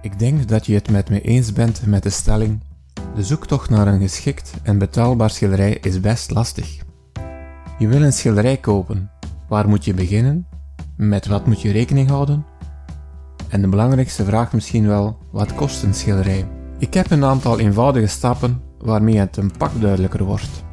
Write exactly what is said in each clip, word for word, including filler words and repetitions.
Ik denk dat je het met me eens bent met de stelling: de zoektocht naar een geschikt en betaalbaar schilderij is best lastig. Je wil een schilderij kopen. Waar moet je beginnen? Met wat moet je rekening houden? En de belangrijkste vraag misschien wel: wat kost een schilderij? Ik heb een aantal eenvoudige stappen waarmee het een pak duidelijker wordt.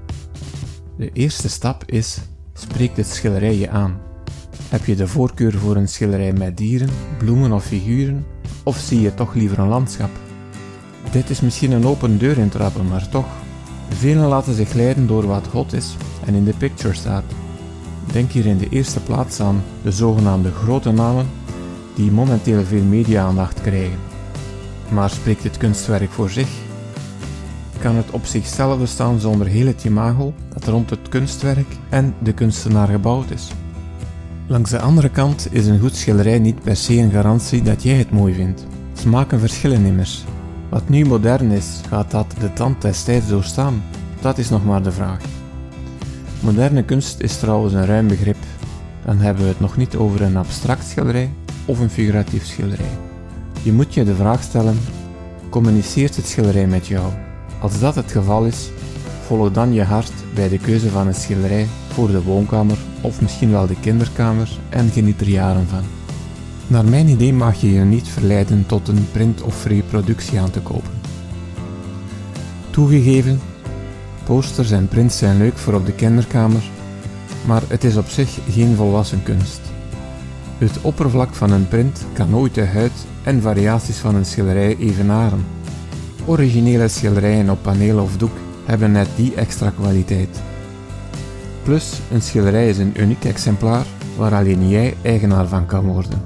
De eerste stap is: spreekt het schilderij je aan? Heb je de voorkeur voor een schilderij met dieren, bloemen of figuren? Of zie je toch liever een landschap? Dit is misschien een open deur intrappen, maar toch. Velen laten zich leiden door wat hot is en in de picture staat. Denk hier in de eerste plaats aan de zogenaamde grote namen die momenteel veel media-aandacht krijgen. Maar spreekt het kunstwerk voor zich? Kan het op zichzelf bestaan zonder heel het imago dat rond het kunstwerk en de kunstenaar gebouwd is? Langs de andere kant is een goed schilderij niet per se een garantie dat jij het mooi vindt. Smaken verschillen immers. Wat nu modern is, gaat dat de tand des tijds doorstaan? Dat is nog maar de vraag. Moderne kunst is trouwens een ruim begrip. Dan hebben we het nog niet over een abstract schilderij of een figuratief schilderij. Je moet je de vraag stellen: communiceert het schilderij met jou? Als dat het geval is, volg dan je hart bij de keuze van een schilderij voor de woonkamer of misschien wel de kinderkamer en geniet er jaren van. Naar mijn idee mag je je niet verleiden tot een print of reproductie aan te kopen. Toegegeven, posters en prints zijn leuk voor op de kinderkamer, maar het is op zich geen volwassen kunst. Het oppervlak van een print kan nooit de huid en variaties van een schilderij evenaren. Originele schilderijen op paneel of doek hebben net die extra kwaliteit. Plus, een schilderij is een uniek exemplaar waar alleen jij eigenaar van kan worden.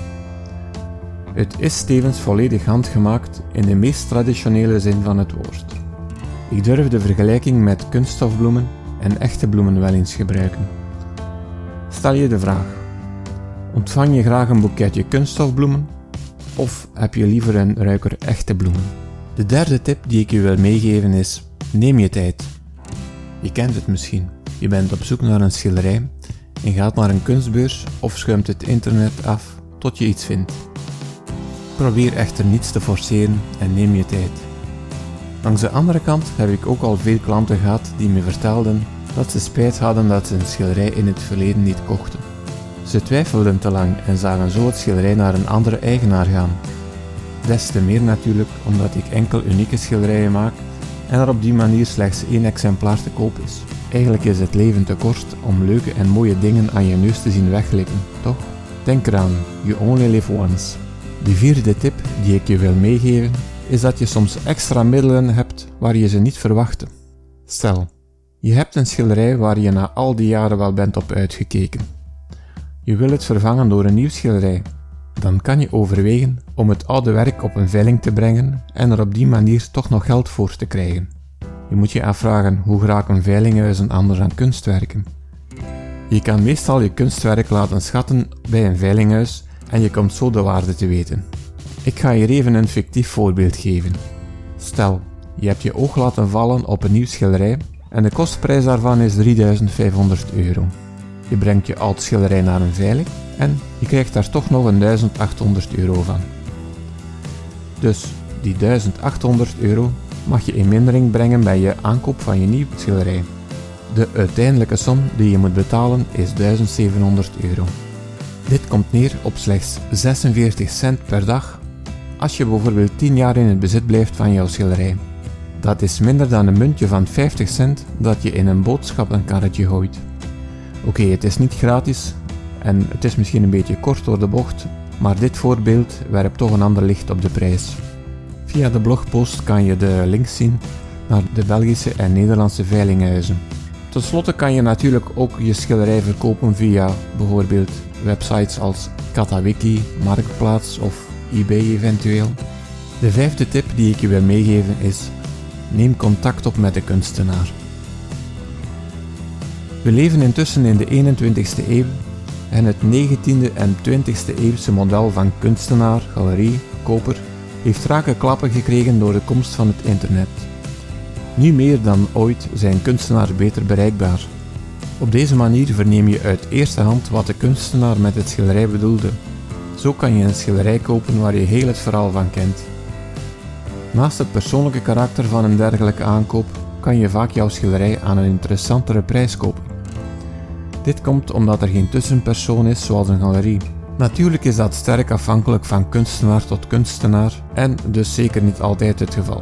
Het is tevens volledig handgemaakt in de meest traditionele zin van het woord. Ik durf de vergelijking met kunststofbloemen en echte bloemen wel eens gebruiken. Stel je de vraag: ontvang je graag een boeketje kunststofbloemen of heb je liever een ruiker echte bloemen? De derde tip die ik je wil meegeven is: neem je tijd. Je kent het misschien. Je bent op zoek naar een schilderij en gaat naar een kunstbeurs of schuimt het internet af tot je iets vindt. Probeer echter niets te forceren en neem je tijd. Langs de andere kant heb ik ook al veel klanten gehad die me vertelden dat ze spijt hadden dat ze een schilderij in het verleden niet kochten. Ze twijfelden te lang en zagen zo het schilderij naar een andere eigenaar gaan. Des te meer natuurlijk omdat ik enkel unieke schilderijen maak en er op die manier slechts één exemplaar te koop is. Eigenlijk is het leven te kort om leuke en mooie dingen aan je neus te zien wegglippen, toch? Denk eraan, you only live once. De vierde tip die ik je wil meegeven is dat je soms extra middelen hebt waar je ze niet verwachtte. Stel, je hebt een schilderij waar je na al die jaren wel bent op uitgekeken. Je wil het vervangen door een nieuw schilderij. Dan kan je overwegen om het oude werk op een veiling te brengen en er op die manier toch nog geld voor te krijgen. Je moet je afvragen: hoe geraken veilinghuizen anders aan kunstwerken? Je kan meestal je kunstwerk laten schatten bij een veilinghuis en je komt zo de waarde te weten. Ik ga hier even een fictief voorbeeld geven. Stel, je hebt je oog laten vallen op een nieuw schilderij en de kostprijs daarvan is drieduizend vijfhonderd euro. Je brengt je oud schilderij naar een veiling en je krijgt daar toch nog een duizend achthonderd euro van. Dus die duizend achthonderd euro mag je in mindering brengen bij je aankoop van je nieuwe schilderij. De uiteindelijke som die je moet betalen is duizend zevenhonderd euro. Dit komt neer op slechts zesenveertig cent per dag als je bijvoorbeeld tien jaar in het bezit blijft van jouw schilderij. Dat is minder dan een muntje van vijftig cent dat je in een boodschappenkarretje gooit. Oké, okay, het is niet gratis en het is misschien een beetje kort door de bocht, maar dit voorbeeld werpt toch een ander licht op de prijs. Via de blogpost kan je de links zien naar de Belgische en Nederlandse veilinghuizen. Ten slotte kan je natuurlijk ook je schilderij verkopen via bijvoorbeeld websites als Katawiki, Marktplaats of eBay eventueel. De vijfde tip die ik je wil meegeven is: neem contact op met de kunstenaar. We leven intussen in de eenentwintigste eeuw en het negentiende en twintigste eeuwse model van kunstenaar, galerie, koper heeft rake klappen gekregen door de komst van het internet. Nu meer dan ooit zijn kunstenaars beter bereikbaar. Op deze manier verneem je uit eerste hand wat de kunstenaar met het schilderij bedoelde. Zo Zo kan je een schilderij kopen waar je heel het verhaal van kent. Naast het persoonlijke karakter van een dergelijke aankoop kan je vaak jouw schilderij aan een interessantere prijs kopen. Dit komt omdat er geen tussenpersoon is zoals een galerie. Natuurlijk is dat sterk afhankelijk van kunstenaar tot kunstenaar en dus zeker niet altijd het geval.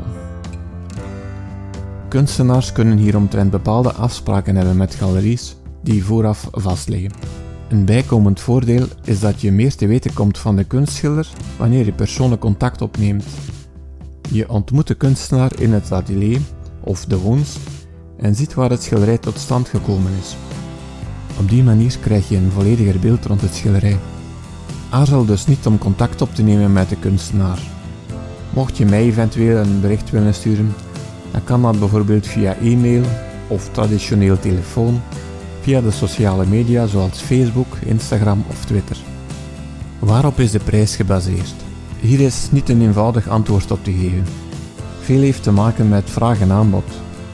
Kunstenaars kunnen hieromtrent bepaalde afspraken hebben met galeries die vooraf vastliggen. Een bijkomend voordeel is dat je meer te weten komt van de kunstschilder wanneer je persoonlijk contact opneemt. Je ontmoet de kunstenaar in het atelier of de woons en ziet waar het schilderij tot stand gekomen is. Op die manier krijg je een vollediger beeld rond het schilderij. Aarzel dus niet om contact op te nemen met de kunstenaar. Mocht je mij eventueel een bericht willen sturen, dan kan dat bijvoorbeeld via e-mail of traditioneel telefoon, via de sociale media zoals Facebook, Instagram of Twitter. Waarop is de prijs gebaseerd? Hier is niet een eenvoudig antwoord op te geven. Veel heeft te maken met vraag en aanbod.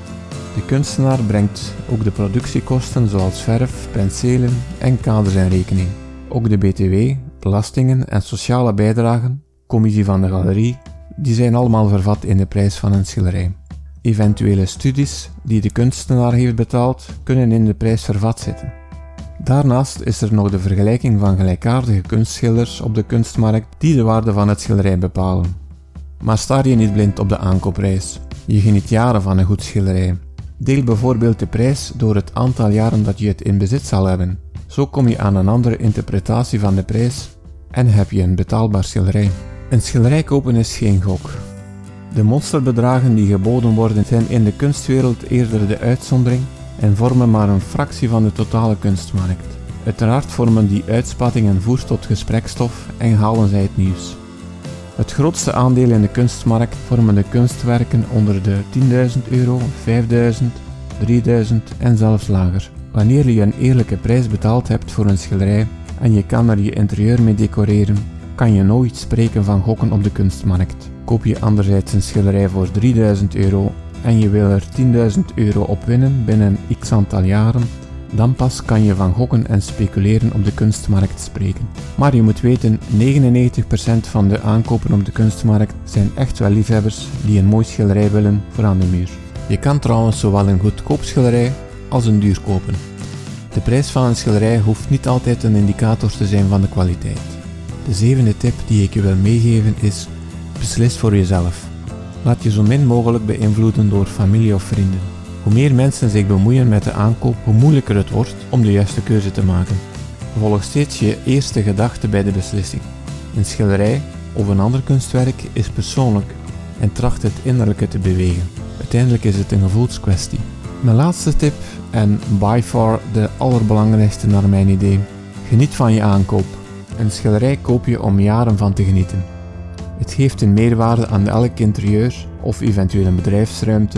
De kunstenaar brengt ook de productiekosten zoals verf, penselen en kaders in rekening. Ook de B T W, belastingen en sociale bijdragen, commissie van de galerie, die zijn allemaal vervat in de prijs van een schilderij. Eventuele studies die de kunstenaar heeft betaald, kunnen in de prijs vervat zitten. Daarnaast is er nog de vergelijking van gelijkaardige kunstschilders op de kunstmarkt die de waarde van het schilderij bepalen. Maar staar je niet blind op de aankoopprijs. Je geniet jaren van een goed schilderij. Deel bijvoorbeeld de prijs door het aantal jaren dat je het in bezit zal hebben. Zo kom je aan een andere interpretatie van de prijs en heb je een betaalbaar schilderij. Een schilderij kopen is geen gok. De monsterbedragen die geboden worden zijn in de kunstwereld eerder de uitzondering en vormen maar een fractie van de totale kunstmarkt. Uiteraard vormen die uitspattingen voer tot gesprekstof en halen zij het nieuws. Het grootste aandeel in de kunstmarkt vormen de kunstwerken onder de tienduizend euro, vijfduizend, drieduizend en zelfs lager. Wanneer je een eerlijke prijs betaald hebt voor een schilderij en je kan er je interieur mee decoreren, kan je nooit spreken van gokken op de kunstmarkt. Koop je anderzijds een schilderij voor drieduizend euro en je wil er tienduizend euro op winnen binnen x aantal jaren, dan pas kan je van gokken en speculeren op de kunstmarkt spreken. Maar je moet weten, negenennegentig procent van de aankopen op de kunstmarkt zijn echt wel liefhebbers die een mooi schilderij willen voor aan de muur. Je kan trouwens zowel een goedkoop schilderij als een duur kopen. De prijs van een schilderij hoeft niet altijd een indicator te zijn van de kwaliteit. De zevende tip die ik je wil meegeven is: beslis voor jezelf. Laat je zo min mogelijk beïnvloeden door familie of vrienden. Hoe meer mensen zich bemoeien met de aankoop, hoe moeilijker het wordt om de juiste keuze te maken. Volg steeds je eerste gedachte bij de beslissing. Een schilderij of een ander kunstwerk is persoonlijk en tracht het innerlijke te bewegen. Uiteindelijk is het een gevoelskwestie. Mijn laatste tip, en by far de allerbelangrijkste naar mijn idee: geniet van je aankoop. Een schilderij koop je om jaren van te genieten. Het geeft een meerwaarde aan elk interieur of eventueel een bedrijfsruimte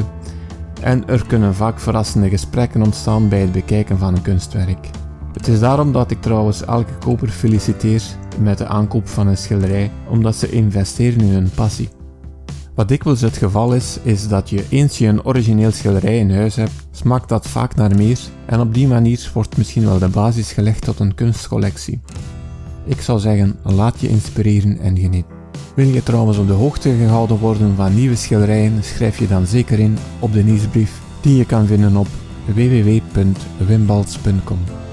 en er kunnen vaak verrassende gesprekken ontstaan bij het bekijken van een kunstwerk. Het is daarom dat ik trouwens elke koper feliciteer met de aankoop van een schilderij, omdat ze investeren in hun passie. Wat dikwijls het geval is, is dat je eens je een origineel schilderij in huis hebt, smaakt dat vaak naar meer en op die manier wordt misschien wel de basis gelegd tot een kunstcollectie. Ik zou zeggen, laat je inspireren en geniet. Wil je trouwens op de hoogte gehouden worden van nieuwe schilderijen, schrijf je dan zeker in op de nieuwsbrief die je kan vinden op w w w punt wim balz punt com.